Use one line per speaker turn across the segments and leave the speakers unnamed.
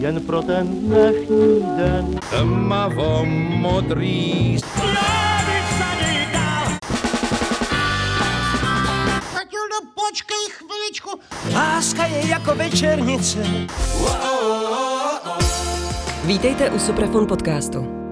jen pro ten dnešní den.
Tmavo modrý.
Matildo, počkej chviličku.
Láska je jako večernice.
Vítejte u Suprafon podcastu.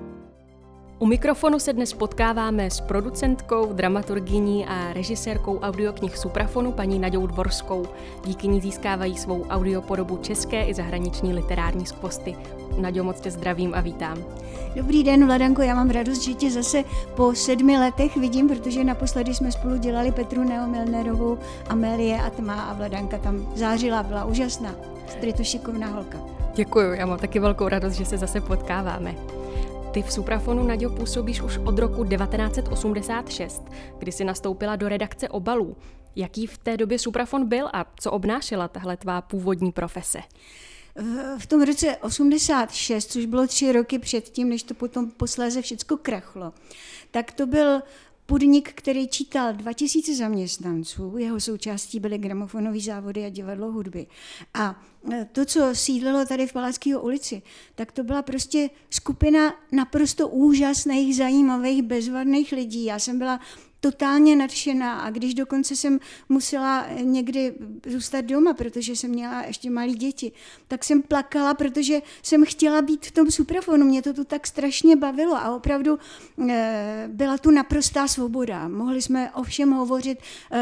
U mikrofonu se dnes potkáváme s producentkou, dramaturgyní a režisérkou audioknih Suprafonu paní Naďou Dvorskou. Díky ní získávají svou audiopodobu české i zahraniční literární skvosty. Naďo, moc tě zdravím a vítám.
Dobrý den, Vladanko, já mám radost, že tě zase po 7 letech vidím, protože naposledy jsme spolu dělali Petru Neomilnerovou, Amélie a Tma a Vladanka tam zářila, byla úžasná. Je to šikovná holka.
Děkuju, já mám taky velkou radost, že se zase potkáváme. Ty v Suprafonu, Naďo, působíš už od roku 1986, kdy jsi nastoupila do redakce obalů. Jaký v té době Suprafon byl a co obnášela tahle tvá původní profese?
V tom roce 86, což bylo 3 roky předtím, než to potom posléze všecko krachlo, tak to byl podnik, který čítal 2000 zaměstnanců, jeho součástí byly gramofonové závody a divadlo hudby. A to, co sídlilo tady v Palackého ulici, tak to byla prostě skupina naprosto úžasných, zajímavých, bezvadných lidí. Já jsem byla totálně nadšená a když dokonce jsem musela někdy zůstat doma, protože jsem měla ještě malé děti, tak jsem plakala, protože jsem chtěla být v tom Suprafonu. Mě to tu tak strašně bavilo a opravdu byla tu naprostá svoboda. Mohli jsme o všem hovořit.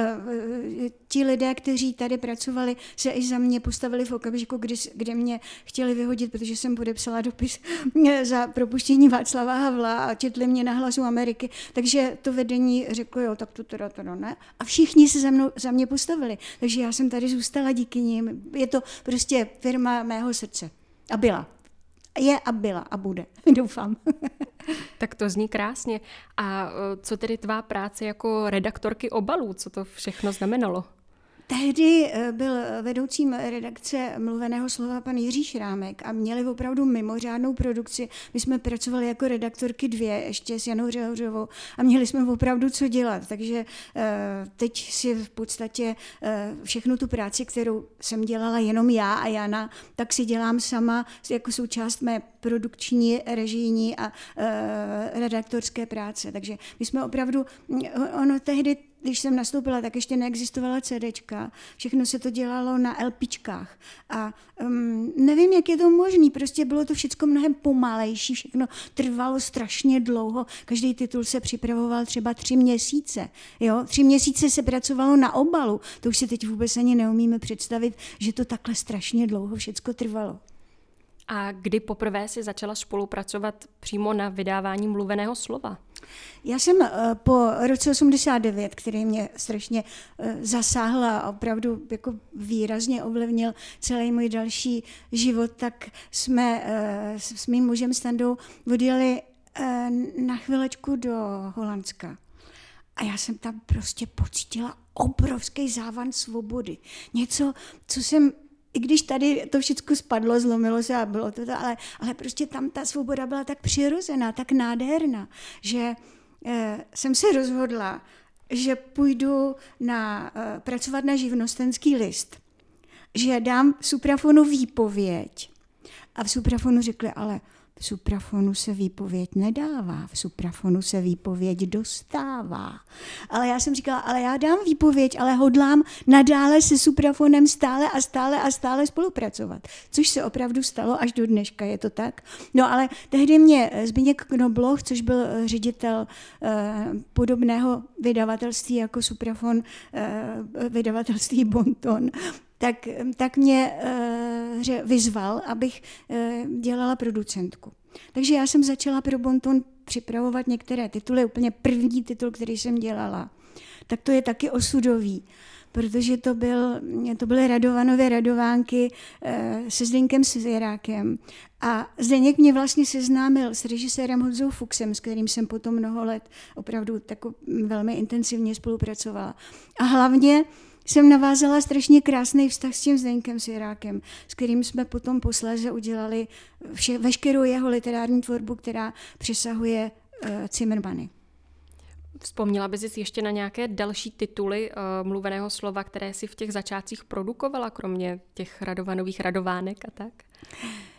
Ti lidé, kteří tady pracovali, se i za mě postavili v okamžiku, kde mě chtěli vyhodit, protože jsem podepsala dopis za propuštění Václava Havla a četli mě na Hlasu Ameriky. Takže to vedení řeklo, jo, tak to teda ne. A všichni se za mě postavili. Takže já jsem tady zůstala díky nim. Je to prostě firma mého srdce. A byla. Je a byla a bude. Doufám.
Tak to zní krásně. A co tedy tvá práce jako redaktorky obalů? Co to všechno znamenalo?
Tehdy byl vedoucím redakce Mluveného slova pan Jiří Šrámek a měli opravdu mimořádnou produkci. My jsme pracovali jako redaktorky 2, ještě s Janou Řehořovou a měli jsme opravdu co dělat. Takže teď si v podstatě všechnu tu práci, kterou jsem dělala jenom já a Jana, tak si dělám sama jako součást mé produkční, režijní a redaktorské práce. Takže my jsme opravdu, ono tehdy, když jsem nastoupila, tak ještě neexistovala CDčka, všechno se to dělalo na LPčkách a nevím, jak je to možný, prostě bylo to všechno mnohem pomalejší, všechno trvalo strašně dlouho, každý titul se připravoval třeba 3 měsíce, jo? 3 měsíce se pracovalo na obalu, to už si teď vůbec ani neumíme představit, že to takhle strašně dlouho všechno trvalo.
A kdy poprvé si začala spolupracovat přímo na vydávání Mluveného slova?
Já jsem po roce 89, který mě strašně zasáhl a opravdu jako výrazně ovlivnil celý můj další život, tak jsme s mým mužem Standou odjeli na chvilečku do Holandska. A já jsem tam prostě pocítila obrovský závan svobody. Něco, co jsem, i když tady to všechno spadlo, zlomilo se a bylo to, ale prostě tam ta svoboda byla tak přirozená, tak nádherná, že jsem se rozhodla, že půjdu pracovat na živnostenský list, že dám Suprafonu výpověď. A v Suprafonu řekli, ale v Suprafonu se výpověď nedává, v Suprafonu se výpověď dostává. Ale já jsem říkala, ale já dám výpověď, ale hodlám nadále se Suprafonem stále spolupracovat. Což se opravdu stalo až do dneška, je to tak? No ale tehdy mě Zbyněk Knobloch, což byl ředitel podobného vydavatelství jako Suprafon, vydavatelství Bonton, tak mě vyzval, abych dělala producentku. Takže já jsem začala pro Bonton připravovat některé tituly. Úplně první titul, který jsem dělala, tak to je taky osudový, protože to byly Radovanové Radovánky se Zdeňkem Svěrákem. A Zdeněk mě vlastně seznámil s režisérem Honzou Fuchsem, s kterým jsem potom mnoho let opravdu velmi intenzivně spolupracovala. A hlavně jsem navázala strašně krásný vztah s tím Zdeňkem Svěrákem, s kterým jsme potom posléze udělali veškerou jeho literární tvorbu, která přesahuje Cimrmany.
Vzpomněla bys ještě na nějaké další tituly mluveného slova, které si v těch začátcích produkovala, kromě těch Radovanových Radovánek a tak?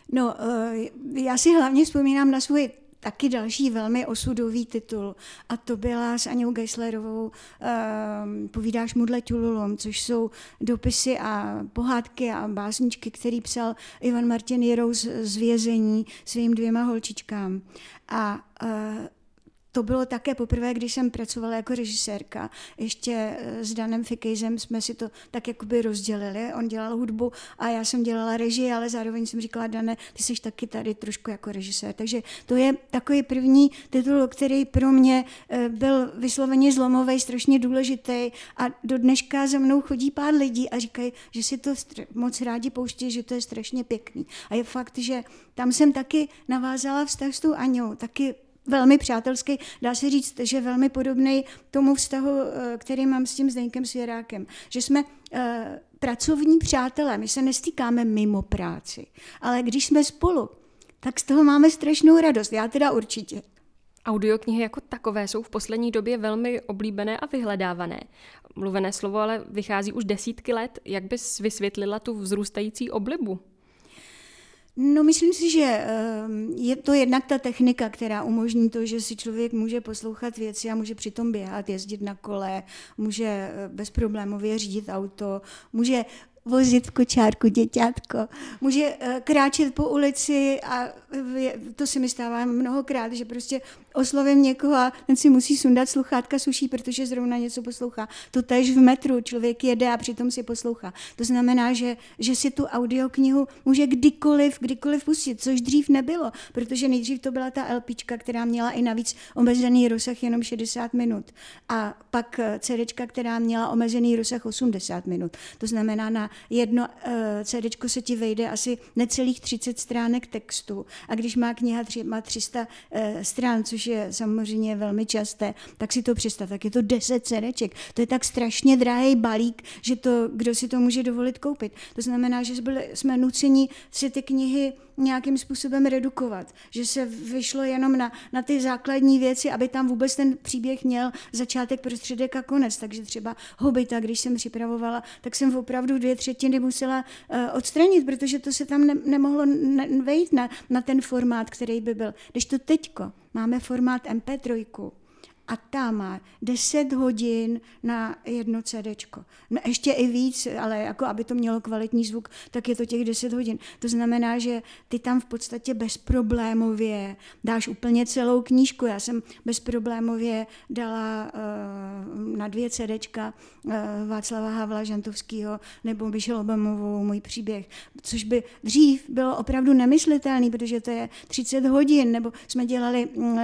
No, já si hlavně vzpomínám na svůj taky další velmi osudový titul a to byla s Aňou Geislerovou Povídáš mudle ťululom, což jsou dopisy a pohádky a básničky, který psal Ivan Martin Jirous z vězení svým 2 holčičkám. A to bylo také poprvé, když jsem pracovala jako režisérka. Ještě s Danem Fikejzem jsme si to tak jakoby rozdělili. On dělal hudbu a já jsem dělala režii, ale zároveň jsem říkala, Dane, ty jsi taky tady trošku jako režisér. Takže to je takový první titul, který pro mě byl vysloveně zlomový, strašně důležitý a do dneška za mnou chodí pár lidí a říkají, že si to moc rádi pouští, že to je strašně pěkný. A je fakt, že tam jsem taky navázala vztah s tou Aňou, taky velmi přátelský, dá se říct, že velmi podobný tomu vztahu, který mám s tím Zdeňkem Svěrákem. Že jsme pracovní přátelé, my se nestýkáme mimo práci, ale když jsme spolu, tak z toho máme strašnou radost, já teda určitě.
Audioknihy jako takové jsou v poslední době velmi oblíbené a vyhledávané. Mluvené slovo ale vychází už desítky let. Jak bys vysvětlila tu vzrůstající oblibu?
No, myslím si, že je to jednak ta technika, která umožní to, že si člověk může poslouchat věci a může přitom běhat, jezdit na kole, může bezproblémově řídit auto, může vozit v kočárku děťátko, může kráčet po ulici a to se mi stává mnohokrát, že prostě oslovím někoho a ten si musí sundat sluchátka z uší, protože zrovna něco poslouchá. To též v metru, člověk jede a přitom si poslouchá. To znamená, že si tu audioknihu může kdykoliv pustit, což dřív nebylo, protože nejdřív to byla ta LPčka, která měla i navíc omezený rozsah jenom 60 minut a pak CDčka, která měla omezený rozsah 80 minut. To znamená, na jedno CDčko se ti vejde asi necelých 30 stránek textu a když má kniha má 300 stran, což je samozřejmě velmi časté, tak si to představ, tak je to 10 CDček. To je tak strašně drahý balík, že to, kdo si to může dovolit koupit. To znamená, že jsme nuceni si ty knihy nějakým způsobem redukovat, že se vyšlo jenom na ty základní věci, aby tam vůbec ten příběh měl začátek, prostředek a konec. Takže třeba Hobita, když jsem připravovala, tak jsem opravdu 2/3 musela odstranit, protože to se tam nemohlo vejít na ten formát, který by byl. Když to teďko máme formát MP3, a ta má 10 hodin na jedno CDčko. No ještě i víc, ale jako aby to mělo kvalitní zvuk, tak je to těch 10 hodin. To znamená, že ty tam v podstatě bezproblémově dáš úplně celou knížku. Já jsem bezproblémově dala na 2 CDčka Václava Havla Žantovskýho nebo Michelle Obamovou Můj příběh, což by dřív bylo opravdu nemyslitelné, protože to je 30 hodin, nebo jsme dělali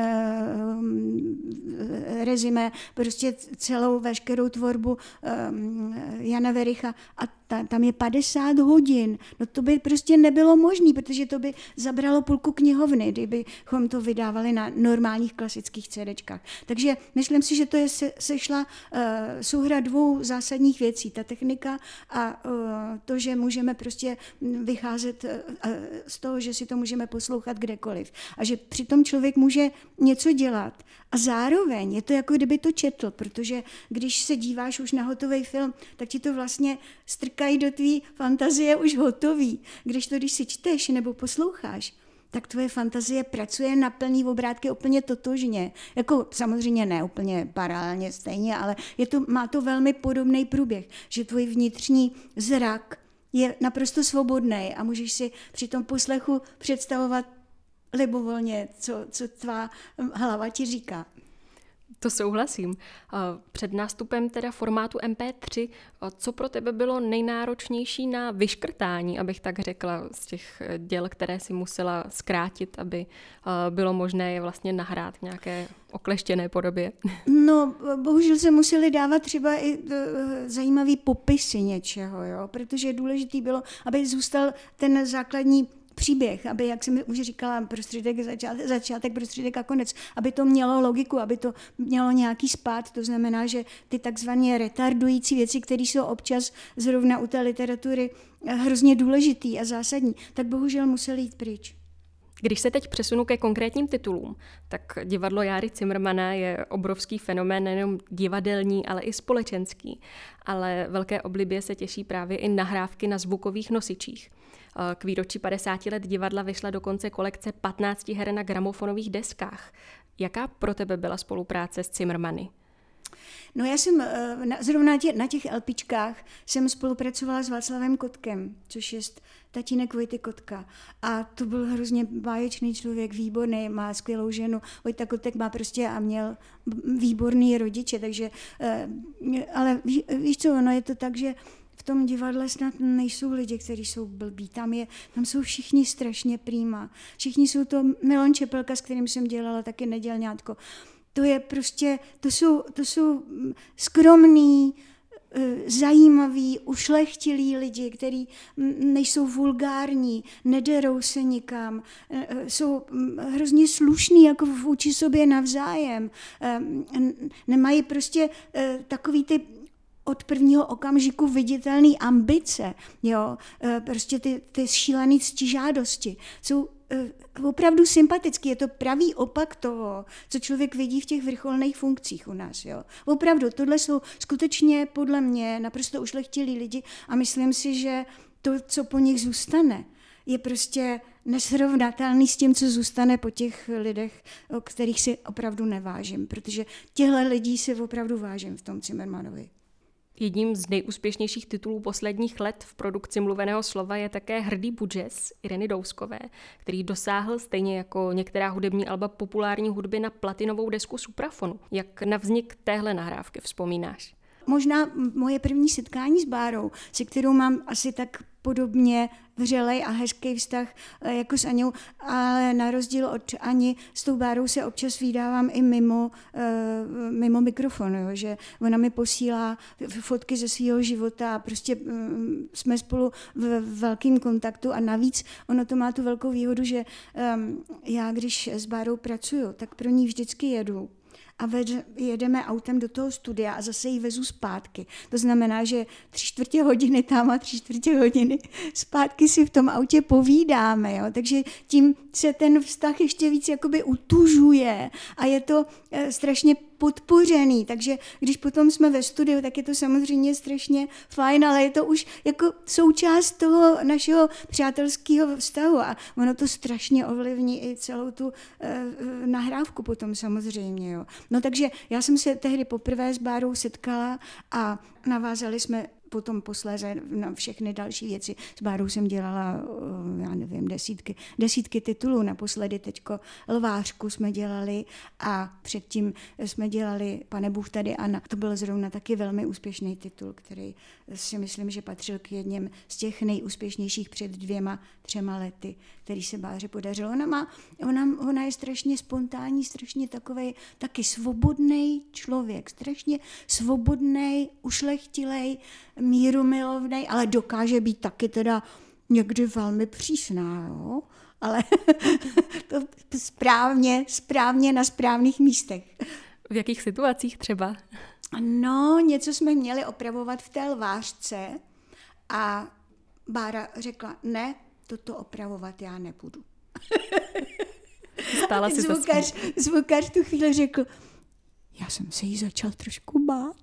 rezime, prostě celou veškerou tvorbu Jana Vericha a tam je 50 hodin. No to by prostě nebylo možné, protože to by zabralo půlku knihovny, kdybychom to vydávali na normálních klasických CDčkách. Takže myslím si, že to je sešla souhra 2 zásadních věcí. Ta technika a to, že můžeme prostě vycházet z toho, že si to můžeme poslouchat kdekoliv. A že přitom člověk může něco dělat. A zároveň je to jako kdyby to četl, protože když se díváš už na hotový film, tak ti to vlastně strkají do tvý fantazie už hotový. Když si čteš nebo posloucháš, tak tvoje fantazie pracuje na plný obrátky úplně totožně. Jako samozřejmě ne úplně paralelně stejně, ale má to velmi podobný průběh, že tvůj vnitřní zrak je naprosto svobodný a můžeš si při tom poslechu představovat libovolně, co tvá hlava ti říká.
To souhlasím. Před nástupem teda formátu MP3, co pro tebe bylo nejnáročnější na vyškrtání, abych tak řekla, z těch děl, které si musela zkrátit, aby bylo možné je vlastně nahrát v nějaké okleštěné podobě? No,
bohužel se museli dávat třeba i zajímavý popisy něčeho, jo? Protože důležitý bylo, aby zůstal ten základní příběh, aby, jak jsem už říkala, prostředek, začátek, prostředek a konec, aby to mělo logiku, aby to mělo nějaký spád, to znamená, že ty takzvané retardující věci, které jsou občas zrovna u té literatury hrozně důležitý a zásadní, tak bohužel museli jít pryč.
Když se teď přesunu ke konkrétním titulům, tak divadlo Járy Cimrmana je obrovský fenomén nejenom divadelní, ale i společenský. Ale velké oblibě se těší právě i nahrávky na zvukových nosičích. K výročí 50 let divadla vyšla dokonce kolekce 15 her na gramofonových deskách. Jaká pro tebe byla spolupráce s Cimrmany?
No já jsem zrovna na těch LPčkách jsem spolupracovala s Václavem Kotkem, což je tatínek Vojty Kotka. A to byl hrozně báječný člověk, výborný, má skvělou ženu. Vojta Kotek má prostě a měl výborný rodiče, takže, ale víš co, ono je to tak, že v tom divadle snad nejsou lidi, kteří jsou blbí. Tam jsou všichni strašně prýma. Všichni jsou to Milon Čepelka, s kterým jsem dělala taky Nedělňátko. To je prostě, to jsou skromný, zajímaví, ušlechtilí lidi, kteří nejsou vulgární, nederou se nikam, jsou hrozně slušní jako vůči sobě navzájem. Nemají prostě takový ty od prvního okamžiku viditelné ambice, jo? Prostě ty šílené ctižádosti. Jsou opravdu sympatický. Je to pravý opak toho, co člověk vidí v těch vrcholných funkcích u nás. Jo? Opravdu, tohle jsou skutečně podle mě naprosto ušlechtilí lidi a myslím si, že to, co po nich zůstane, je prostě nesrovnatelný s tím, co zůstane po těch lidech, o kterých si opravdu nevážím, protože těchto lidí si opravdu vážím v tom Cimrmanovi.
Jedním z nejúspěšnějších titulů posledních let v produkci mluveného slova je také Hrdý budžes Ireny Douskové, který dosáhl stejně jako některá hudební alba populární hudby na platinovou desku Suprafonu. Jak na vznik téhle nahrávky vzpomínáš?
Možná moje první setkání s Bárou, se kterou mám asi tak podobně vřelej a hezký vztah jako s Aňou, ale na rozdíl od Ani s tou Bárou se občas vídávám i mimo mikrofon, jo, že ona mi posílá fotky ze svého života a prostě jsme spolu v velkém kontaktu a navíc ono to má tu velkou výhodu, že já když s Bárou pracuju, tak pro ní vždycky jedu. A jedeme autem do toho studia a zase ji vezu zpátky. To znamená, že 3/4 hodiny tam a 3/4 hodiny zpátky si v tom autě povídáme. Jo? Takže tím se ten vztah ještě víc jakoby utužuje a je to strašně podpořený, takže když potom jsme ve studiu, tak je to samozřejmě strašně fajn, ale je to už jako součást toho našeho přátelského vztahu a ono to strašně ovlivní i celou tu nahrávku potom samozřejmě. Jo. No takže já jsem se tehdy poprvé s Bárou setkala a navázali jsme potom posléze na všechny další věci. S Bárou jsem dělala, já nevím, desítky titulů. Naposledy teďko Lvářku jsme dělali a předtím jsme dělali Pane Bůh tady Anna. To byl zrovna taky velmi úspěšný titul, který si myslím, že patřil k jedním z těch nejúspěšnějších před 2-3 lety, který se Báře podařilo. Ona je strašně spontánní, strašně takovej taky svobodný člověk, strašně svobodný, ušlechtilej, mírumilovnej, ale dokáže být taky teda někdy velmi přísná, jo? Ale to správně na správných místech.
V jakých situacích třeba?
No, něco jsme měli opravovat v té Lvářce a Bára řekla, ne, toto opravovat já nebudu.
Stála si
zvukař tu chvíli řekl, já jsem se jí začal trošku bát.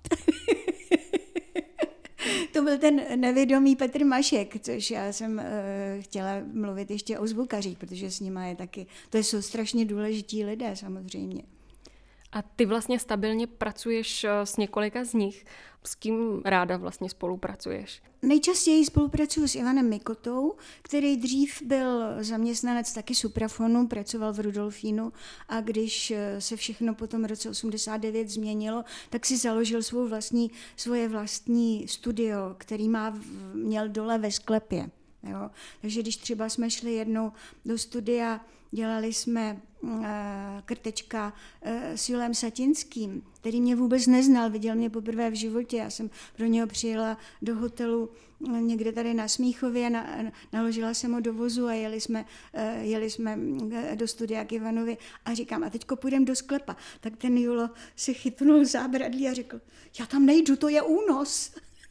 To byl ten nevědomý Petr Mašek, což já jsem chtěla mluvit ještě o zvukařích, protože s nima je taky, to jsou strašně důležití lidé samozřejmě.
A ty vlastně stabilně pracuješ s několika z nich. S kým ráda vlastně spolupracuješ?
Nejčastěji spolupracuju s Ivanem Mikotou, který dřív byl zaměstnanec taky Suprafonu, pracoval v Rudolfínu a když se všechno po tom roce 89 změnilo, tak si založil svoje vlastní studio, který měl dole ve sklepě. Jo? Takže když třeba jsme šli jednou do studia, dělali jsme Krtečka s Julem Satinským, který mě vůbec neznal, viděl mě poprvé v životě. Já jsem pro něho přijela do hotelu někde tady na Smíchově, naložila jsem ho do vozu a jeli jsme do studia k Ivanovi a říkám, a teďko půjdeme do sklepa. Tak ten Julo se chytnul zábradlí a řekl, já tam nejdu, to je únos.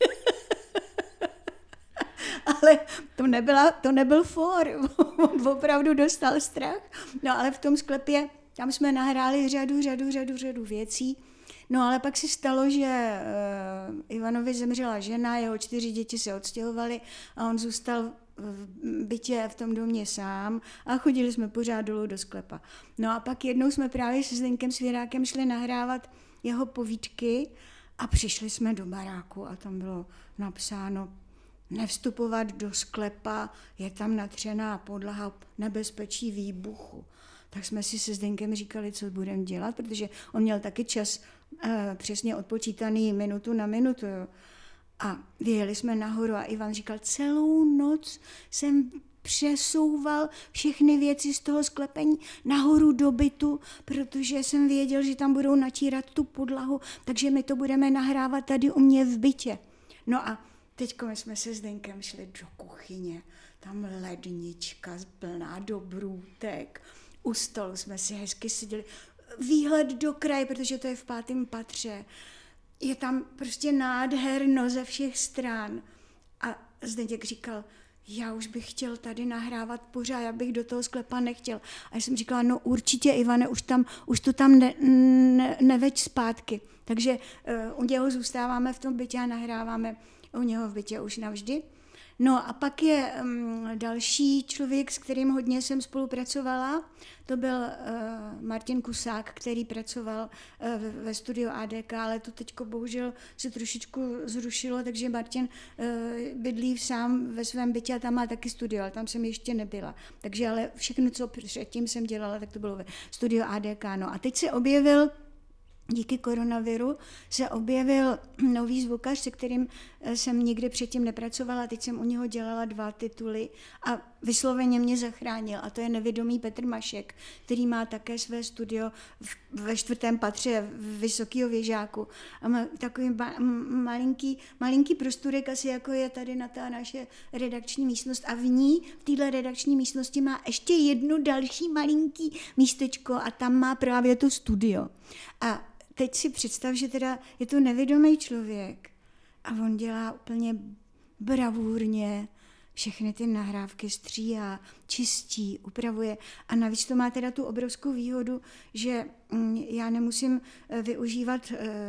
Ale to nebyl for, on opravdu dostal strach. No ale v tom sklepě, tam jsme nahráli řadu věcí. No ale pak se stalo, že Ivanovi zemřela žena, jeho 4 děti se odstěhovaly a on zůstal v bytě v tom domě sám a chodili jsme pořád dolů do sklepa. No a pak jednou jsme právě se Zdeňkem Svěrákem šli nahrávat jeho povídky a přišli jsme do baráku a tam bylo napsáno nevstupovat do sklepa, je tam natřená podlaha, nebezpečí výbuchu. Tak jsme si se Zdeňkem říkali, co budeme dělat, protože on měl taky čas přesně odpočítaný minutu na minutu. Jo. A vyjeli jsme nahoru a Ivan říkal, celou noc jsem přesouval všechny věci z toho sklepení nahoru do bytu, protože jsem věděl, že tam budou natírat tu podlahu, takže my to budeme nahrávat tady u mě v bytě. No a teďko my jsme se s Zdeňkem šli do kuchyně, tam lednička plná dobrůtek, u stolu jsme si hezky seděli, výhled do kraje, protože to je v 5. patře, je tam prostě nádherno ze všech stran. A Zdeněk říkal, já už bych chtěl tady nahrávat pořád, já bych do toho sklepa nechtěl. A já jsem říkala, no určitě, Ivane, už to tam neveď zpátky. Takže u něho zůstáváme v tom bytě a nahráváme u něho v bytě už navždy. No a pak je další člověk, s kterým hodně jsem spolupracovala, to byl Martin Kusák, který pracoval ve studiu ADK, ale to teďko bohužel se trošičku zrušilo, takže Martin bydlí sám ve svém bytě a tam má taky studio, ale tam jsem ještě nebyla. Takže ale všechno, co předtím jsem dělala, tak to bylo ve studiu ADK. No a teď se objevil díky koronaviru se objevil nový zvukař, se kterým jsem nikdy předtím nepracovala, teď jsem u něho dělala 2 tituly a vysloveně mě zachránil a to je nevědomý Petr Mašek, který má také své studio ve 4. patře Vysokého věžáku a má takový malinký prostorek, asi jako je tady na ta naše redakční místnost a v téhle redakční místnosti má ještě jedno další malinký místečko a tam má právě to studio. A teď si představ, že teda je to nevědomý člověk a on dělá úplně bravurně všechny ty nahrávky, stříhá, čistí, upravuje a navíc to má teda tu obrovskou výhodu, že já nemusím využívat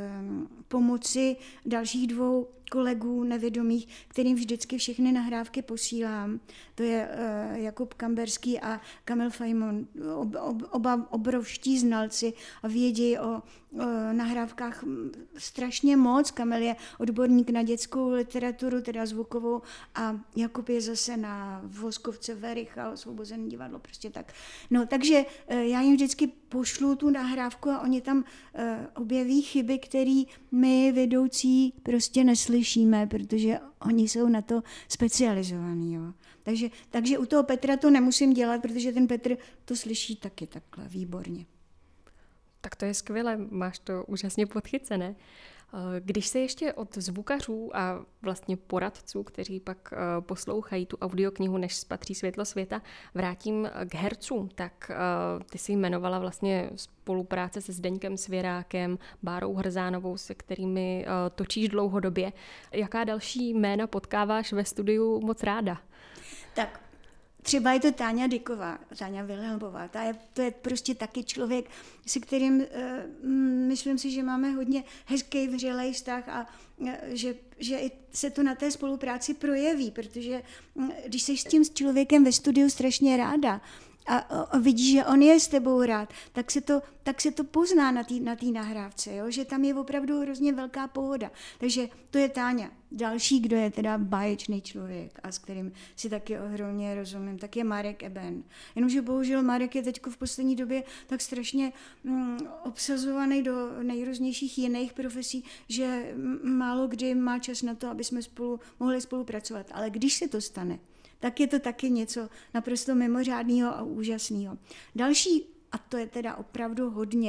pomoci dalších 2 kolegů nevědomých, kterým vždycky všechny nahrávky posílám. To je Jakub Kamberský a Kamil Fajmon, oba obrovští znalci a vědí o nahrávkách strašně moc. Kamil je odborník na dětskou literaturu, teda zvukovou, a Jakub je zase na Voskovce Vericha, Osvobozené divadlo, prostě tak. No, takže já jim vždycky pošlu tu nahrávku a oni tam objeví chyby, které my vedoucí prostě neslyšíme, protože oni jsou na to specializovaní. Jo. Takže u toho Petra to nemusím dělat, protože ten Petr to slyší taky takhle výborně.
Tak to je skvělé, máš to úžasně podchycené. Když se ještě od zvukařů a vlastně poradců, kteří pak poslouchají tu audioknihu, než spatří světlo světa, vrátím k hercům, tak ty jsi jmenovala vlastně spolupráce se Zdeňkem Svěrákem, Bárou Hrzánovou, se kterými točíš dlouhodobě. Jaká další jména potkáváš ve studiu moc ráda?
Tak třeba je to Táňa Dyková, Táňa Vilhelmová. To je prostě taky člověk, se kterým myslím si, že máme hodně hezký, vřelej vztah a že se to na té spolupráci projeví, protože když jsi s tím člověkem ve studiu strašně ráda a vidíš, že on je s tebou rád, tak se to pozná na té nahrávce, jo? Že tam je opravdu hrozně velká pohoda. Takže to je Táňa. Další, kdo je teda báječný člověk a s kterým si taky ohromně rozumím, tak je Marek Eben. Jenomže bohužel Marek je teď v poslední době tak strašně obsazovaný do nejrůznějších jiných profesí, že málo kdy má čas na to, aby jsme mohli spolupracovat. Ale když se to stane, tak je to taky něco naprosto mimořádného a úžasného. Další, a to je teda opravdu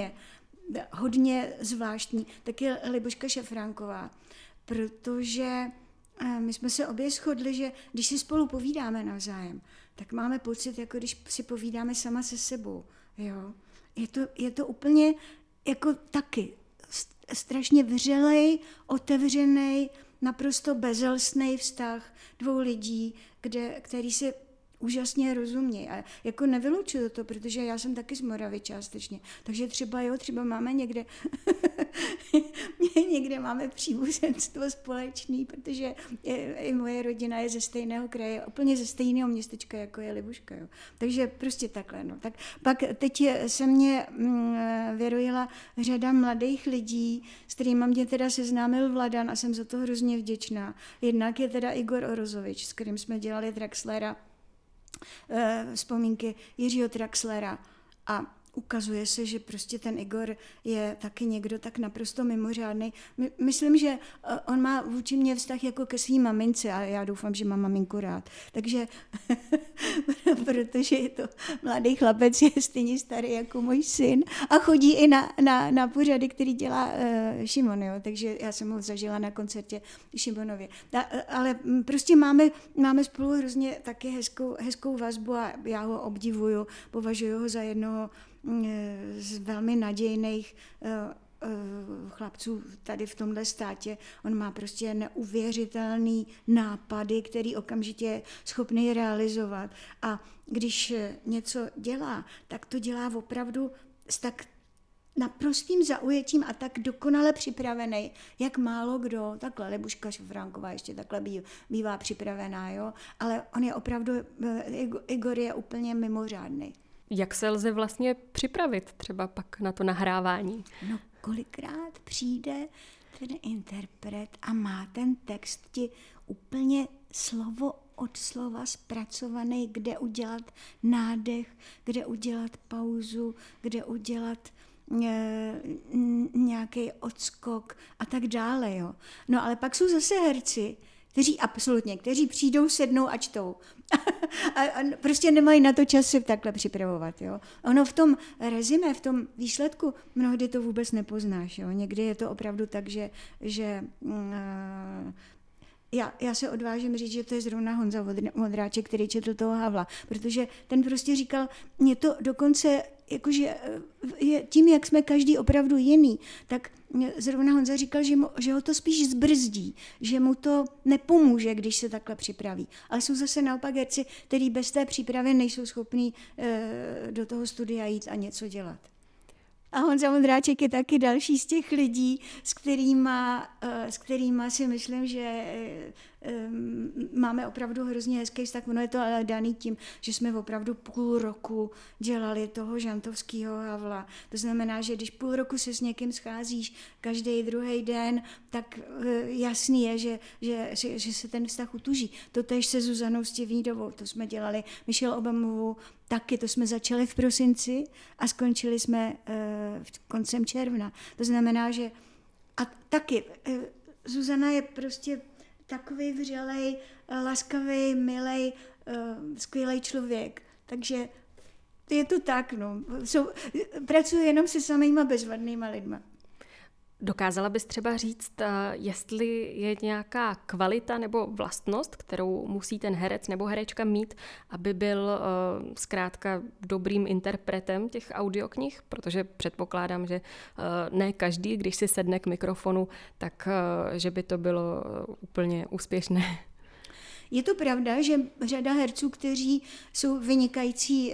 hodně zvláštní, tak je Libuška Šafránková, protože my jsme se obě shodli, že když si spolu povídáme navzájem, tak máme pocit, jako když si povídáme sama se sebou. Jo? Je to úplně jako taky strašně vřelej, otevřenej, naprosto bezelstný vztah 2 lidí, který si úžasně rozumějí. A jako nevylučuju to, protože já jsem taky z Moravy částečně. Takže třeba máme někde někde máme příbuzenstvo společný, protože i moje rodina je ze stejného kraje, úplně ze stejného městečka, jako je Libuška. Jo. Takže prostě takhle. No. Tak pak teď se mě vyrojila řada mladých lidí, s kterými mě teda seznámil Vladan a jsem za to hrozně vděčná. Jednak je teda Igor Orozovič, s kterým jsme dělali Traxlera, vzpomínky Jiřího Traxlera a ukazuje se, že prostě ten Igor je taky někdo tak naprosto mimořádný. Myslím, že on má vůči mě vztah jako ke svým mamince a já doufám, že mám maminku rád. Takže, protože je to mladý chlapec, je stejně starý jako můj syn a chodí i na pořady, který dělá Šimon, jo? Takže já jsem ho zažila na koncertě Šimonově. Ale prostě máme spolu hrozně taky hezkou vazbu a já ho obdivuju, považuji ho za jednoho z velmi nadějných chlapců tady v tomhle státě. On má prostě neuvěřitelný nápady, který okamžitě je schopný realizovat. A když něco dělá, tak to dělá opravdu s tak naprostým zaujetím a tak dokonale připravený, jak málo kdo, takhle Libuška Šafránková ještě takhle bývá připravená, jo? Ale on je opravdu, Igor je úplně mimořádný.
Jak se lze vlastně připravit třeba pak na to nahrávání?
No, kolikrát přijde ten interpret a má ten text ti úplně slovo od slova zpracovaný, kde udělat nádech, kde udělat pauzu, kde udělat nějaký odskok a tak dále. Jo. No ale pak jsou zase herci, kteří přijdou, sednou a čtou. a prostě nemají na to čas se takhle připravovat. Jo. Ono v tom rezime, v tom výsledku mnohdy to vůbec nepoznáš. Jo. Někdy je to opravdu tak, že já se odvážím říct, že to je zrovna Honza Vondráček, který četl toho Havla, protože ten prostě říkal, mě to dokonce, jakože tím, jak jsme každý opravdu jiný, tak zrovna Honza říkal, že ho to spíš zbrzdí, že mu to nepomůže, když se takhle připraví. Ale jsou zase naopak herci, který bez té přípravy nejsou schopní do toho studia jít a něco dělat. A Honza Vondráček je taky další z těch lidí, s kterýma si myslím, že máme opravdu hrozně hezký vztah. Ono je to ale daný tím, že jsme opravdu půl roku dělali toho žantovského Havla. To znamená, že když půl roku se s někým scházíš každý druhý den, tak jasný je, že se ten vztah utuží. Totéž se Zuzanou Stěvnídovou, to jsme dělali Michelle Obamovou, taky to jsme začali v prosinci a skončili jsme koncem června. To znamená, že a taky Zuzana je prostě takový vřelej, laskavý, milej, skvělý člověk. Takže je to tak, no. Pracuji jenom se samýma bezvadnýma lidma.
Dokázala bys třeba říct, jestli je nějaká kvalita nebo vlastnost, kterou musí ten herec nebo herečka mít, aby byl zkrátka dobrým interpretem těch audioknih, protože předpokládám, že ne každý, když si sedne k mikrofonu, tak že by to bylo úplně úspěšné.
Je to pravda, že řada herců, kteří jsou vynikající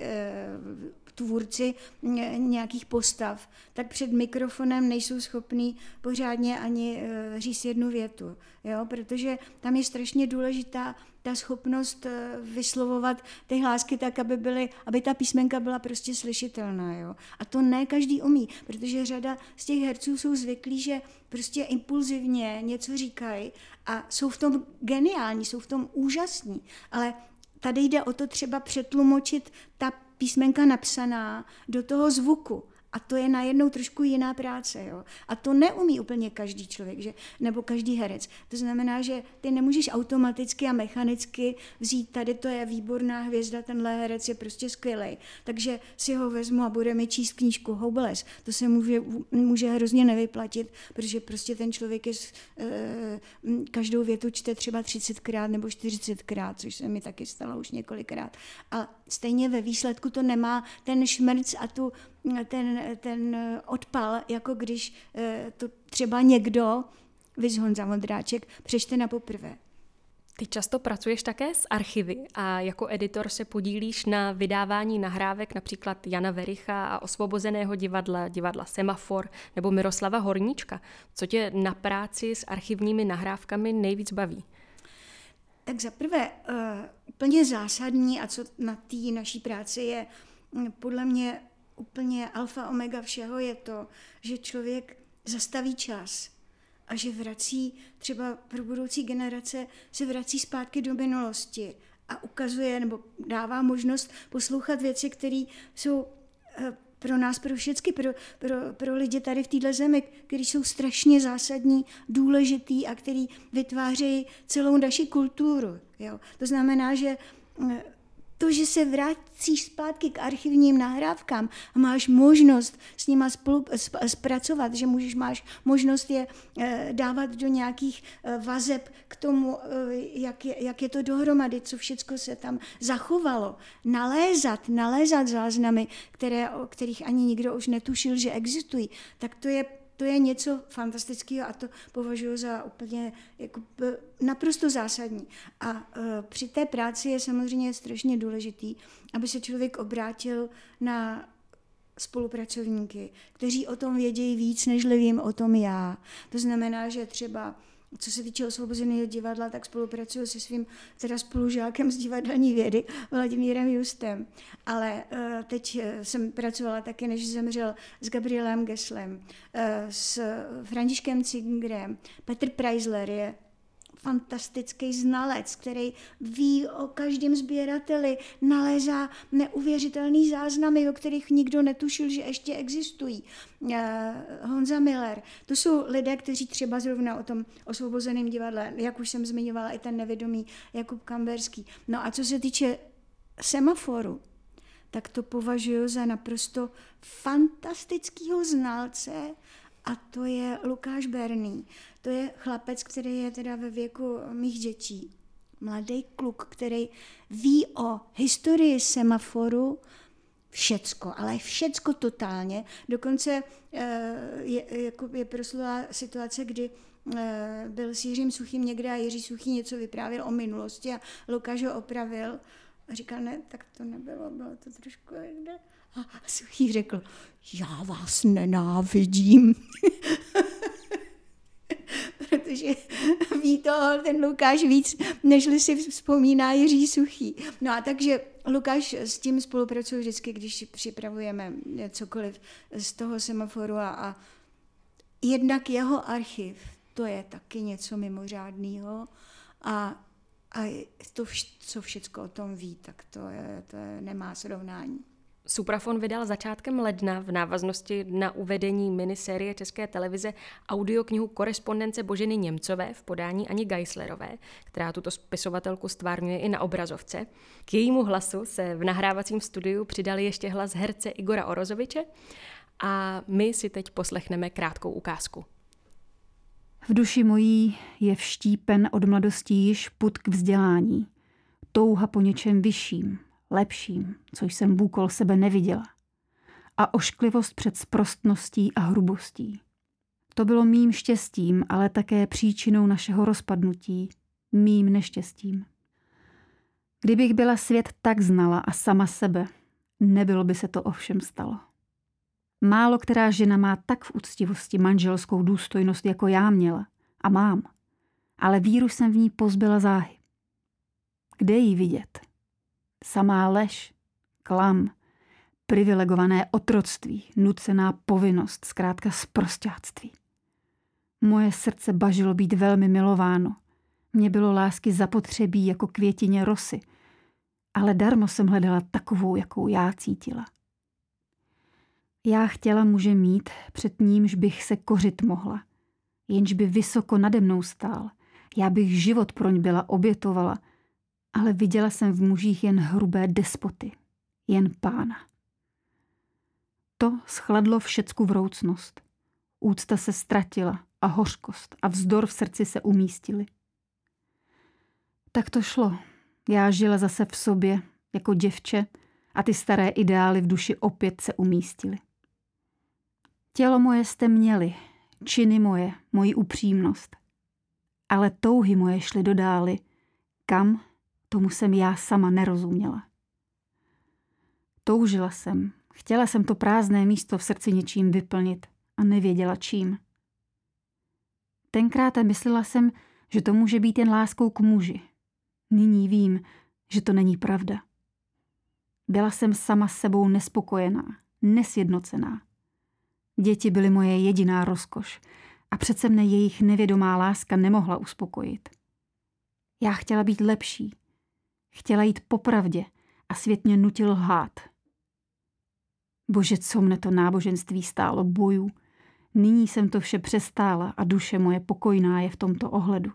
tvůrci nějakých postav, tak před mikrofonem nejsou schopní pořádně ani říct jednu větu, jo? Protože tam je strašně důležitá ta schopnost vyslovovat ty hlásky tak, aby ta písmenka byla prostě slyšitelná. Jo? A to ne každý umí, protože řada z těch herců jsou zvyklí, že prostě impulzivně něco říkají a jsou v tom geniální, jsou v tom úžasní, ale tady jde o to třeba přetlumočit ta písmenka napsaná do toho zvuku. A to je najednou trošku jiná práce. Jo? A to neumí úplně každý člověk, nebo každý herec. To znamená, že ty nemůžeš automaticky a mechanicky vzít, tady to je výborná hvězda, tenhle herec je prostě skvělej. Takže si ho vezmu a bude mi číst knížku Houbeles. To se může hrozně nevyplatit, protože prostě ten člověk každou větu čte třeba 30krát nebo 40krát, což se mi taky stalo už několikrát. A stejně ve výsledku to nemá ten šmrc a ten odpal, jako když to třeba někdo, viz Honza Vondráček, přečte na poprvé.
Ty často pracuješ také s archivy a jako editor se podílíš na vydávání nahrávek například Jana Vericha a Osvobozeného divadla Semafor nebo Miroslava Horníčka. Co tě na práci s archivními nahrávkami nejvíc baví?
Tak zaprvé úplně zásadní a co na té naší práci je podle mě úplně alfa omega všeho je to, že člověk zastaví čas a že vrací třeba pro budoucí generace se vrací zpátky do minulosti a ukazuje nebo dává možnost poslouchat věci, které jsou pro nás, pro všechny, pro lidi tady v této zemi, který jsou strašně zásadní, důležitý a který vytvářejí celou naši kulturu. Jo. To znamená, že to, že se vracíš zpátky k archivním nahrávkám a máš možnost s nima zpracovat, že máš možnost je dávat do nějakých vazeb k tomu, jak je to dohromady, co všecko se tam zachovalo. Nalézat záznamy, o kterých ani nikdo už netušil, že existují, tak to je něco fantastického a to považuji za úplně jako naprosto zásadní. A při té práci je samozřejmě strašně důležitý, aby se člověk obrátil na spolupracovníky, kteří o tom vědějí víc, než vím o tom já. To znamená, že třeba co se týče Osvobozeného divadla, tak spolupracuju se svým spolužákem z divadelní vědy, Vladimírem Justem. Ale teď jsem pracovala taky, než zemřel, s Gabrielem Geslem, s Františkem Zingerem. Petr Preisler je fantastický znalec, který ví o každém sběrateli, nalézá neuvěřitelný záznamy, o kterých nikdo netušil, že ještě existují. Honza Miller. To jsou lidé, kteří třeba zrovna o tom Osvobozeném divadle, jak už jsem zmiňovala, i ten nevědomý Jakub Kamberský. No a co se týče Semaforu, tak to považuji za naprosto fantastického znalce a to je Lukáš Berný. To je chlapec, který je teda ve věku mých dětí. Mladý kluk, který ví o historii Semaforu všecko, ale všecko totálně. Dokonce je proslulá situace, kdy byl s Jiřím Suchým někde a Jiří Suchý něco vyprávěl o minulosti a Lukáš ho opravil a říkal, ne, tak to nebylo, bylo to trošku někde. A Suchý řekl, já vás nenávidím. Protože ví toho ten Lukáš víc, nežli si vzpomíná Jiří Suchý. No a takže Lukáš s tím spolupracuje vždycky, když připravujeme cokoliv z toho Semaforu a jednak jeho archiv, to je taky něco mimořádného a to, co všecko o tom ví, tak to nemá srovnání.
Suprafon vydal začátkem ledna v návaznosti na uvedení minisérie České televize audioknihu Korespondence Boženy Němcové v podání Ani Geislerové, která tuto spisovatelku stvárňuje i na obrazovce. K jejímu hlasu se v nahrávacím studiu přidali ještě hlas herce Igora Orozoviče a my si teď poslechneme krátkou ukázku.
V duši mojí je vštípen od mladosti již pud k vzdělání, touha po něčem vyšším, lepším, což jsem bůkol sebe neviděla. A ošklivost před sprostností a hrubostí. To bylo mým štěstím, ale také příčinou našeho rozpadnutí, mým neštěstím. Kdybych byla svět tak znala a sama sebe, nebylo by se to ovšem stalo. Málo která žena má tak v úctivosti manželskou důstojnost, jako já měla. A mám. Ale víru jsem v ní pozbyla záhy. Kde jí vidět? Samá lež, klam, privilegované otroctví, nucená povinnost, zkrátka sprosťáctví. Moje srdce bažilo být velmi milováno. Mně bylo lásky zapotřebí jako květině rosy, ale darmo jsem hledala takovou, jakou já cítila. Já chtěla muže mít, před nímž bych se kořit mohla, jenž by vysoko nade mnou stál. Já bych život proň byla obětovala, ale viděla jsem v mužích jen hrubé despoty, jen pána. To schladlo všecku vroucnost. Úcta se ztratila a hořkost a vzdor v srdci se umístily. Tak to šlo. Já žila zase v sobě jako děvče a ty staré ideály v duši opět se umístily. Tělo moje jste měli, činy moje, moji upřímnost. Ale touhy moje šly do dály, kam, tomu jsem já sama nerozuměla. Toužila jsem, chtěla jsem to prázdné místo v srdci něčím vyplnit a nevěděla čím. Tenkrát myslela jsem, že to může být jen láskou k muži. Nyní vím, že to není pravda. Byla jsem sama s sebou nespokojená, nesjednocená. Děti byly moje jediná rozkoš a přece mne jejich nevědomá láska nemohla uspokojit. Já chtěla být lepší. Chtěla jít po pravdě a svět mě nutil lhát. Bože, co mne to náboženství stálo bojů. Nyní jsem to vše přestála a duše moje pokojná je v tomto ohledu.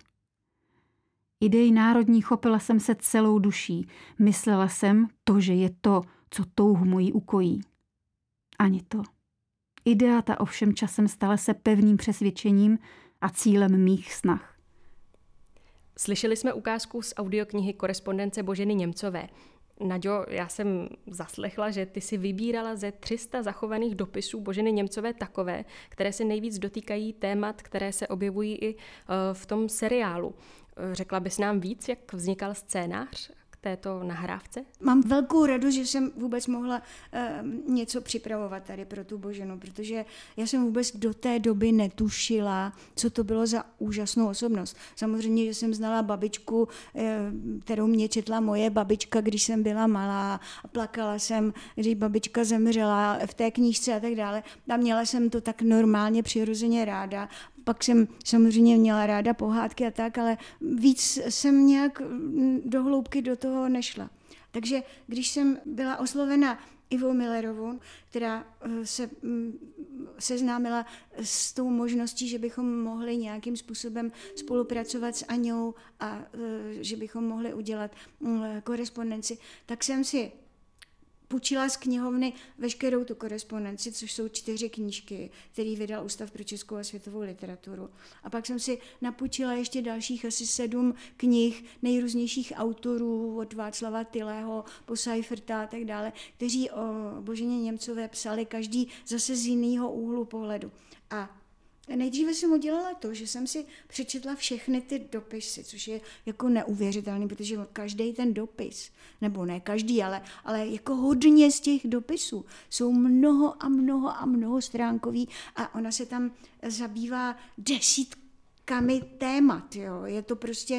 Idej národní chopila jsem se celou duší. Myslela jsem to, že je to, co touhu mojí ukojí. Ani to. Idea ta ovšem časem stala se pevným přesvědčením a cílem mých snah.
Slyšeli jsme ukázku z audioknihy Korespondence Boženy Němcové. Naďo, já jsem zaslechla, že ty si vybírala ze 300 zachovaných dopisů Boženy Němcové takové, které se nejvíc dotýkají témat, které se objevují i v tom seriálu. Řekla bys nám víc, jak vznikal scénář k této nahrávce?
Mám velkou radost, že jsem vůbec mohla něco připravovat tady pro tu Boženu, protože já jsem vůbec do té doby netušila, co to bylo za úžasnou osobnost. Samozřejmě, že jsem znala babičku, kterou mě četla moje babička, když jsem byla malá a plakala jsem, když babička zemřela v té knížce a tak dále. A měla jsem to tak normálně, přirozeně ráda. Pak jsem samozřejmě měla ráda pohádky a tak, ale víc jsem nějak do hloubky do toho nešla. Takže když jsem byla oslovena Ivou Millerovou, která se seznámila s tou možností, že bychom mohli nějakým způsobem spolupracovat s Aňou a že bychom mohli udělat korespondenci, tak jsem si půjčila z knihovny veškerou tu korespondenci, což jsou 4 knížky, který vydal Ústav pro českou a světovou literaturu. A pak jsem si napůjčila ještě dalších asi 7 knih nejrůznějších autorů, od Václava Tylého po Seiferta a tak dále, kteří o Boženě Němcové psali, každý zase z jiného úhlu pohledu. A nejdříve jsem udělala to, že jsem si přečetla všechny ty dopisy, což je jako neuvěřitelný, protože každý ten dopis, nebo ne každý, ale jako hodně z těch dopisů jsou mnoho stránkový a ona se tam zabývá desítkami témat. Jo. Je to prostě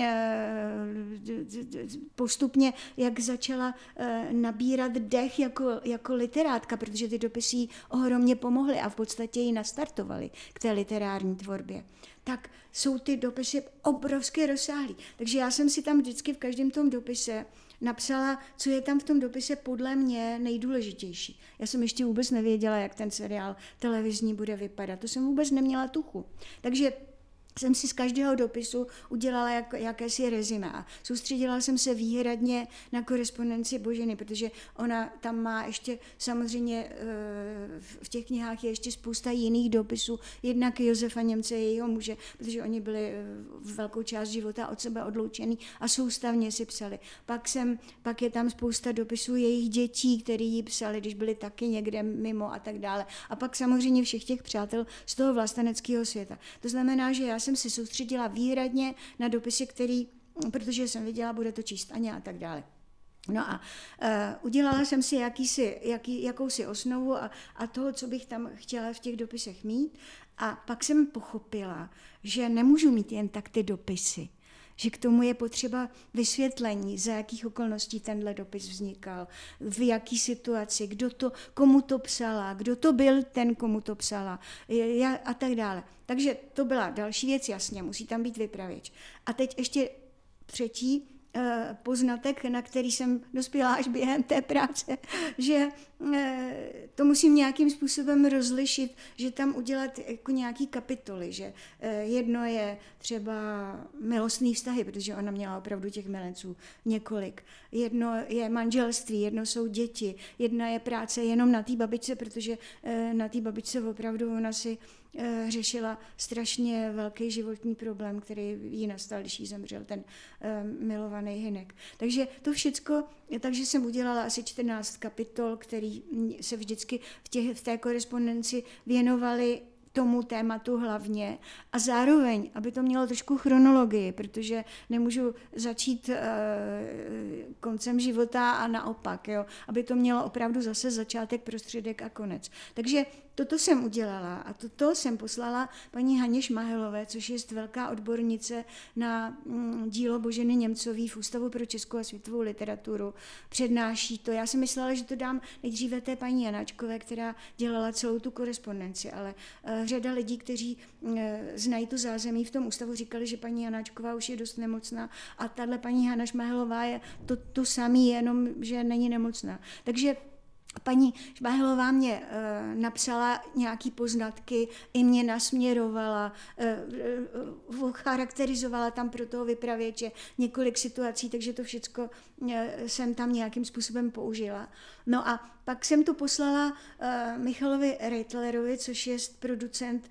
postupně, jak začala nabírat dech jako literátka, protože ty dopisy jí ohromně pomohly a v podstatě ji nastartovaly k té literární tvorbě. Tak jsou ty dopisy obrovsky rozsáhlý. Takže já jsem si tam vždycky v každém tom dopise napsala, co je tam v tom dopise podle mě nejdůležitější. Já jsem ještě vůbec nevěděla, jak ten seriál televizní bude vypadat. To jsem vůbec neměla tuchu. Takže jsem si z každého dopisu udělala jakési rezime a soustředila jsem se výhradně na korespondenci Boženy, protože ona tam má ještě samozřejmě v těch knihách je ještě spousta jiných dopisů, jednak Josefa Němce, jejího muže, protože oni byli velkou část života od sebe odloučený a soustavně si psali. Pak je tam spousta dopisů jejich dětí, který jí psali, když byli taky někde mimo a tak dále. A pak samozřejmě všech těch přátel z toho vlasteneckého světa. To znamená, že já jsem se soustředila výhradně na dopisy, protože jsem viděla, bude to číst Aňa a tak dále. No a udělala jsem si jakousi osnovu a toho, co bych tam chtěla v těch dopisech mít. A pak jsem pochopila, že nemůžu mít jen tak ty dopisy, že k tomu je potřeba vysvětlení, za jakých okolností tenhle dopis vznikal, v jaký situaci, komu to psala, kdo to byl ten, komu to psala a tak dále. Takže to byla další věc, jasně, musí tam být vypravěč. A teď ještě třetí poznatek, na který jsem dospěla až během té práce, že to musím nějakým způsobem rozlišit, že tam udělat jako nějaký kapitoly, že jedno je třeba milostný vztahy, protože ona měla opravdu těch milenců několik. Jedno je manželství, jedno jsou děti, jedna je práce jenom na té babičce, protože na té babičce opravdu ona si řešila strašně velký životní problém, který jí nastal, když jí zemřel ten milovaný Hynek. Takže to všecko, takže jsem udělala asi 14 kapitol, který se vždycky v té korespondenci věnovaly tomu tématu hlavně a zároveň, aby to mělo trošku chronologii, protože nemůžu začít koncem života a naopak, jo? Aby to mělo opravdu zase začátek, prostředek a konec. Takže toto jsem udělala a toto jsem poslala paní Haně Šmahelové, což je velká odbornice na dílo Boženy Němcové v Ústavu pro českou a světovou literaturu. Přednáší to. Já jsem myslela, že to dám nejdříve té paní Janáčkové, která dělala celou tu korespondenci, ale řada lidí, kteří znají to zázemí v tom ústavu, říkali, že paní Janáčková už je dost nemocná a tahle paní Hana Šmahelová je to samý, jenom že není nemocná. Takže paní Šmahelová mě napsala nějaký poznatky, i mě nasměrovala, charakterizovala tam pro toho vypravěče několik situací, takže to všecko jsem tam nějakým způsobem použila. No a pak jsem to poslala Michalovi Reitlerovi, což je producent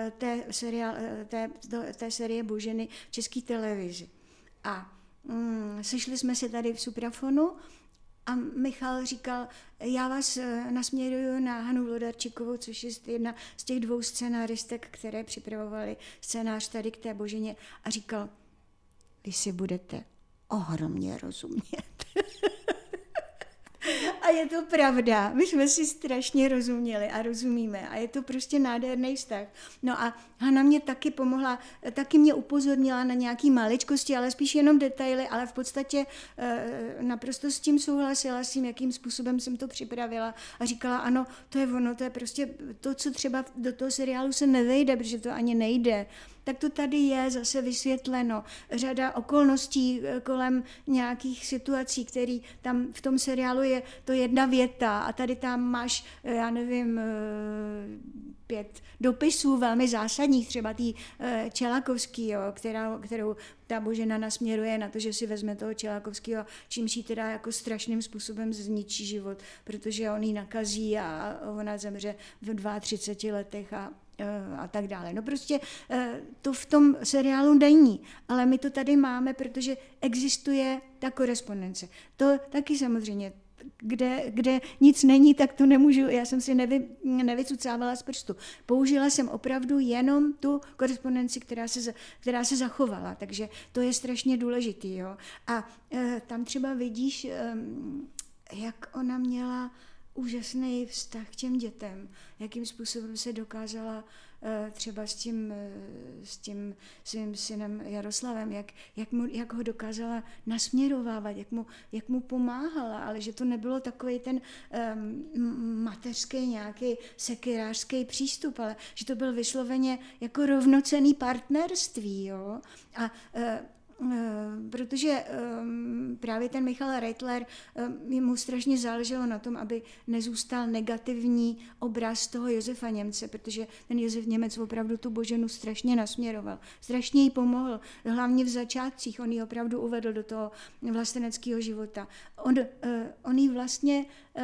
té série Boženy v České televizi. A sešli jsme se tady v Suprafonu a Michal říkal, já vás nasměruju na Hanu Vlodarčikovou, což je jedna z těch 2 scénáristek, které připravovali scénář tady k té Boženě a říkal, vy si budete ohromně rozumět. A je to pravda, my jsme si strašně rozuměli a rozumíme a je to prostě nádherný vztah. No a Hana mě taky pomohla, taky mě upozornila na nějaký maličkosti, ale spíš jenom detaily, ale v podstatě naprosto s tím souhlasila, s tím, jakým způsobem jsem to připravila a říkala, ano, to je ono, to je prostě to, co třeba do toho seriálu se nevejde, protože to ani nejde. Tak to tady je zase vysvětleno. Řada okolností kolem nějakých situací, které tam v tom seriálu je to jedna věta a tady tam máš, já nevím, 5 dopisů velmi zásadních, třeba tý Čelakovský, jo, kterou ta Božena nasměruje na to, že si vezme toho Čelakovského, čímž jí teda jako strašným způsobem zničí život, protože on ji nakazí a ona zemře v 32 letech a tak dále. No prostě to v tom seriálu není, ale my to tady máme, protože existuje ta korespondence. To taky samozřejmě, kde nic není, tak to nemůžu, já jsem si nevycucávala z prstu. Použila jsem opravdu jenom tu korespondenci, která se zachovala, takže to je strašně důležitý. Jo? A tam třeba vidíš, jak ona měla úžasný vztah k těm dětem, jakým způsobem se dokázala třeba s tím svým synem Jaroslavem, jak ho dokázala nasměrovávat, jak mu pomáhala, ale že to nebylo takový ten mateřský nějaký sekyrářský přístup, ale že to byl vysloveně jako rovnocenný partnerství. Jo? A protože právě ten Michal Reitler, mu strašně záleželo na tom, aby nezůstal negativní obraz toho Josefa Němce, protože ten Josef Němec opravdu tu Boženu strašně nasměroval, strašně jí pomohl, hlavně v začátcích, on ji opravdu uvedl do toho vlasteneckého života. On jí vlastně,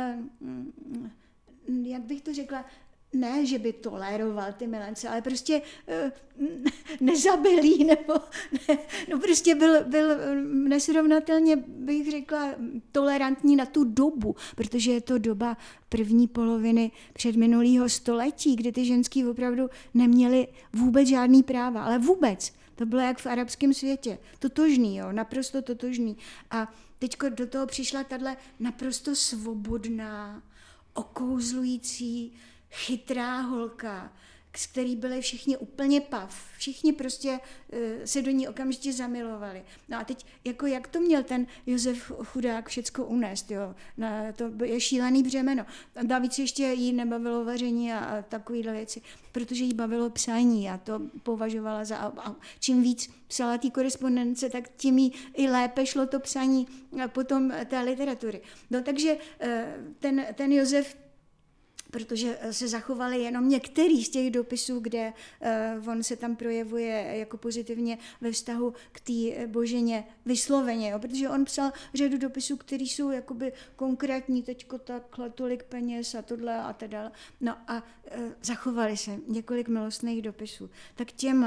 jak bych to řekla, ne, že by toleroval ty milence, ale prostě nezabil jí, nebo no prostě byl nesrovnatelně, bych řekla, tolerantní na tu dobu, protože je to doba první poloviny předminulého století, kdy ty ženský opravdu neměly vůbec žádný práva, ale vůbec. To bylo jak v arabském světě. Totožný, jo, naprosto totožný. A teďko do toho přišla tahle naprosto svobodná, okouzlující, chytrá holka, z který byli všichni úplně pav. Všichni prostě se do ní okamžitě zamilovali. No a teď, jako jak to měl ten Josef chudák všecko unést, jo? To je šílený břemeno. Navíc ještě jí nebavilo vaření a takovýhle věci, protože jí bavilo psaní a to považovala za... A čím víc psala té korespondence, tak tím jí i lépe šlo to psaní potom té literatury. No takže ten Josef, protože se zachovaly jenom některý z těch dopisů, kde on se tam projevuje jako pozitivně ve vztahu k té Boženě vysloveně, jo? Protože on psal řadu dopisů, které jsou jakoby konkrétní, teďko takhle tolik peněz a tohle a teda. No a zachovaly se několik milostných dopisů. Tak těma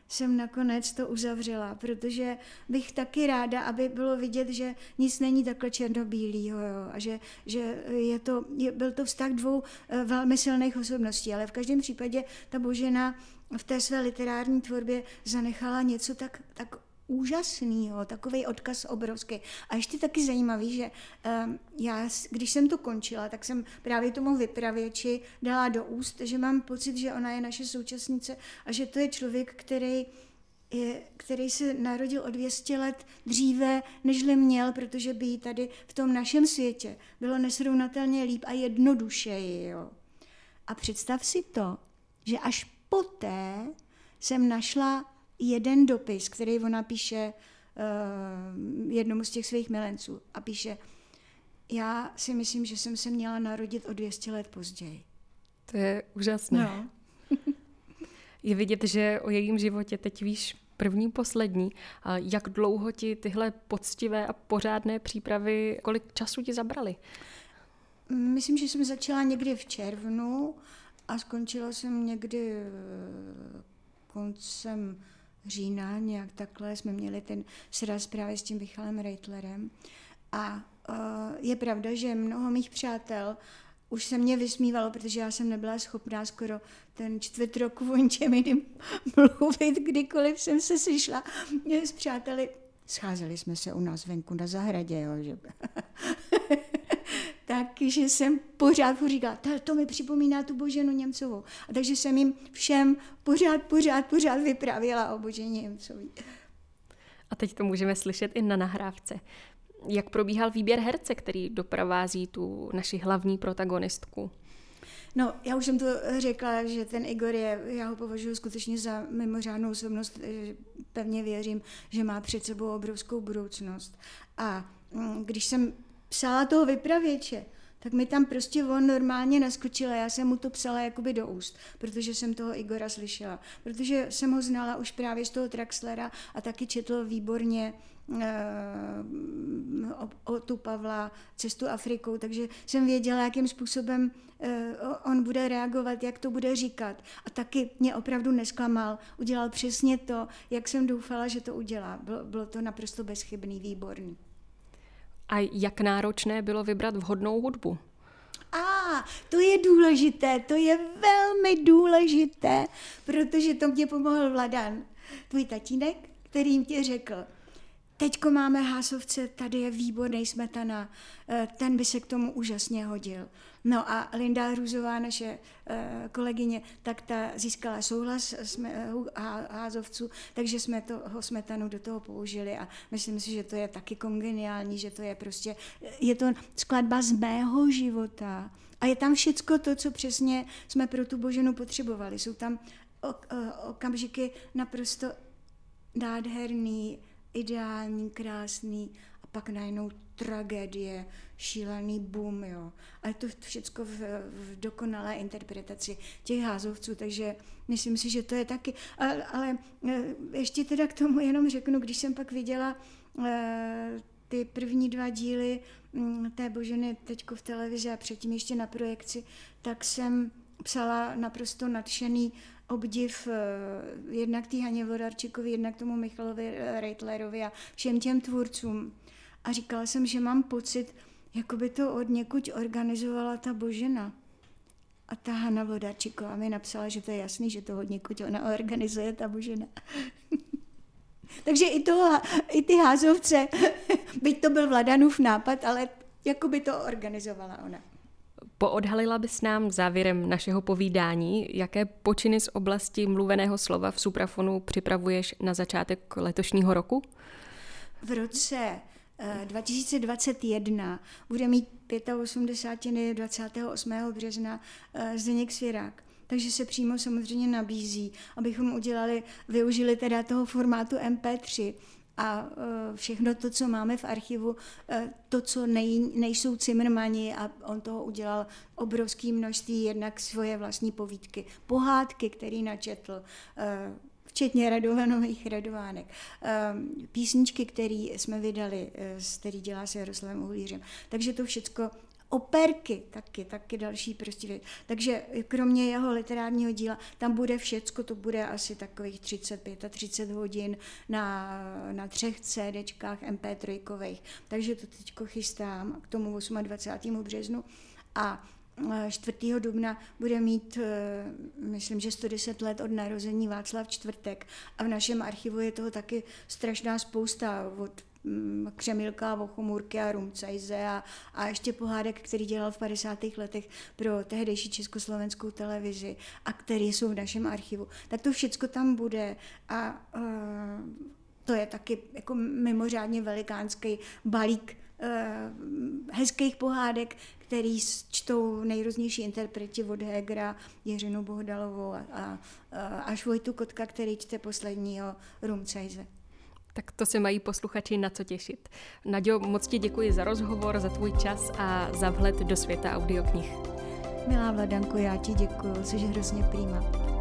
jsem nakonec to uzavřela, protože bych taky ráda, aby bylo vidět, že nic není takhle černobílýho, jo, a že byl to vztah dvou velmi silných osobností, ale v každém případě ta Božena v té své literární tvorbě zanechala něco tak úžasného, takový odkaz obrovský. A ještě taky zajímavý, že já, když jsem to končila, tak jsem právě tomu vypravěči dala do úst, že mám pocit, že ona je naše současnice a že to je člověk, který se narodil o 200 let dříve, nežli měl, protože by jí tady v tom našem světě bylo nesrovnatelně líp a jednodušeji. Jo. A představ si to, že až poté jsem našla jeden dopis, který ona píše jednomu z těch svých milenců a píše: já si myslím, že jsem se měla narodit o 200 let později.
To je úžasné.
No.
Je vidět, že o jejím životě teď víš první, poslední. Jak dlouho ti tyhle poctivé a pořádné přípravy, kolik času ti zabrali?
Myslím, že jsem začala někdy v červnu a skončila jsem někdy koncem října, nějak takhle jsme měli ten sraz právě s tím Michalem Reitlerem. A je pravda, že mnoho mých přátel už se mě vysmívalo, protože já jsem nebyla schopná skoro ten čtvrt roku o ničem jiným mluvit, kdykoliv jsem se sešla s přáteli. Scházeli jsme se u nás venku na zahradě, jo, že... Takže jsem pořád říkala, to mi připomíná tu Boženu Němcovou. A takže jsem jim všem pořád vyprávěla o Boženě Němcové.
A teď to můžeme slyšet i na nahrávce. Jak probíhal výběr herce, který doprovází tu naši hlavní protagonistku?
No, já už jsem to řekla, že ten Igor já ho považuji skutečně za mimořádnou osobnost, pevně věřím, že má před sebou obrovskou budoucnost. A když jsem psala toho vypravěče, tak mi tam prostě on normálně naskočil a já jsem mu to psala jakoby do úst, protože jsem toho Igora slyšela. Protože jsem ho znala už právě z toho Traxlera a taky četl výborně o tu Pavla Cestu Afrikou, takže jsem věděla, jakým způsobem on bude reagovat, jak to bude říkat. A taky mě opravdu nesklamal. Udělal přesně to, jak jsem doufala, že to udělá. Bylo to naprosto bezchybný, výborný.
A jak náročné bylo vybrat vhodnou hudbu?
To je důležité, to je velmi důležité, protože to mě pomohl Vladan, tvůj tatínek, který jim ti řekl: teďko máme Hásovce, tady je výborný Smetana, ten by se k tomu úžasně hodil. No a Linda Hrůzová, naše kolegyně, tak ta získala souhlas Házovců, takže jsme toho Smetanu do toho použili a myslím si, že to je taky kongeniální, že to je prostě, je to skladba z mého života a je tam všecko to, co přesně jsme pro tu Boženu potřebovali. Jsou tam okamžiky naprosto nádherný, ideální, krásný a pak najednou tragédie, šílený boom, jo. A je to všecko v dokonalé interpretaci těch Házovců, takže myslím si, že to je taky. Ale ještě teda k tomu jenom řeknu, když jsem pak viděla ty první 2 díly té Boženy teďko v televizi a předtím ještě na projekci, tak jsem psala naprosto nadšený obdiv jednak té Haně Vodarčíkovi, jednak tomu Michalovi Reitlerovi a všem těm tvůrcům. A říkala jsem, že mám pocit, jako by to od někud organizovala ta Božena. A ta Hana Vodarčíková mi napsala, že to je jasný, že to od někud ona organizuje ta Božena. Takže i ty Házovce, byť to byl Vladanův nápad, ale jako by to organizovala ona.
Poodhalila bys nám závěrem našeho povídání, jaké počiny z oblasti mluveného slova v Suprafonu připravuješ na začátek letošního roku?
V roce 2021 bude mít 85. 28. března Zdeněk Svěrák. Takže se přímo samozřejmě nabízí, abychom využili teda toho formátu MP3 a všechno to, co máme v archivu, to, co nejsou Cimrmani, a on toho udělal obrovské množství, jednak svoje vlastní povídky, pohádky, který načetl, včetně Radovanových Radovánek, písničky, které jsme vydali, který dělá se Jaroslavem Uhlířem. Takže to všecko operky, taky další prostě věc. Takže kromě jeho literárního díla, tam bude všecko, to bude asi takových 30 hodin na 3 CDčkách MP3. Takže to teďko chystám k tomu 28. březnu a 4. dubna bude mít, myslím, že 110 let od narození Václav Čtvrtek a v našem archivu je toho taky strašná spousta od Křemilka, Vochomůrky a Rumcajze a ještě pohádek, který dělal v 50. letech pro tehdejší československou televizi a který jsou v našem archivu. Tak to všecko tam bude a to je taky jako mimořádně velikánský balík hezkých pohádek, který čtou nejrůznější interpreti od Hegera, Jiřinu Bohdalovou a až Vojtu Kotka, který čte posledního Rumcajze.
Tak to se mají posluchači na co těšit. Naďo, moc ti děkuji za rozhovor, za tvůj čas a za vhled do světa audioknih.
Milá Vladanko, já ti děkuju, jsi hrozně prýma.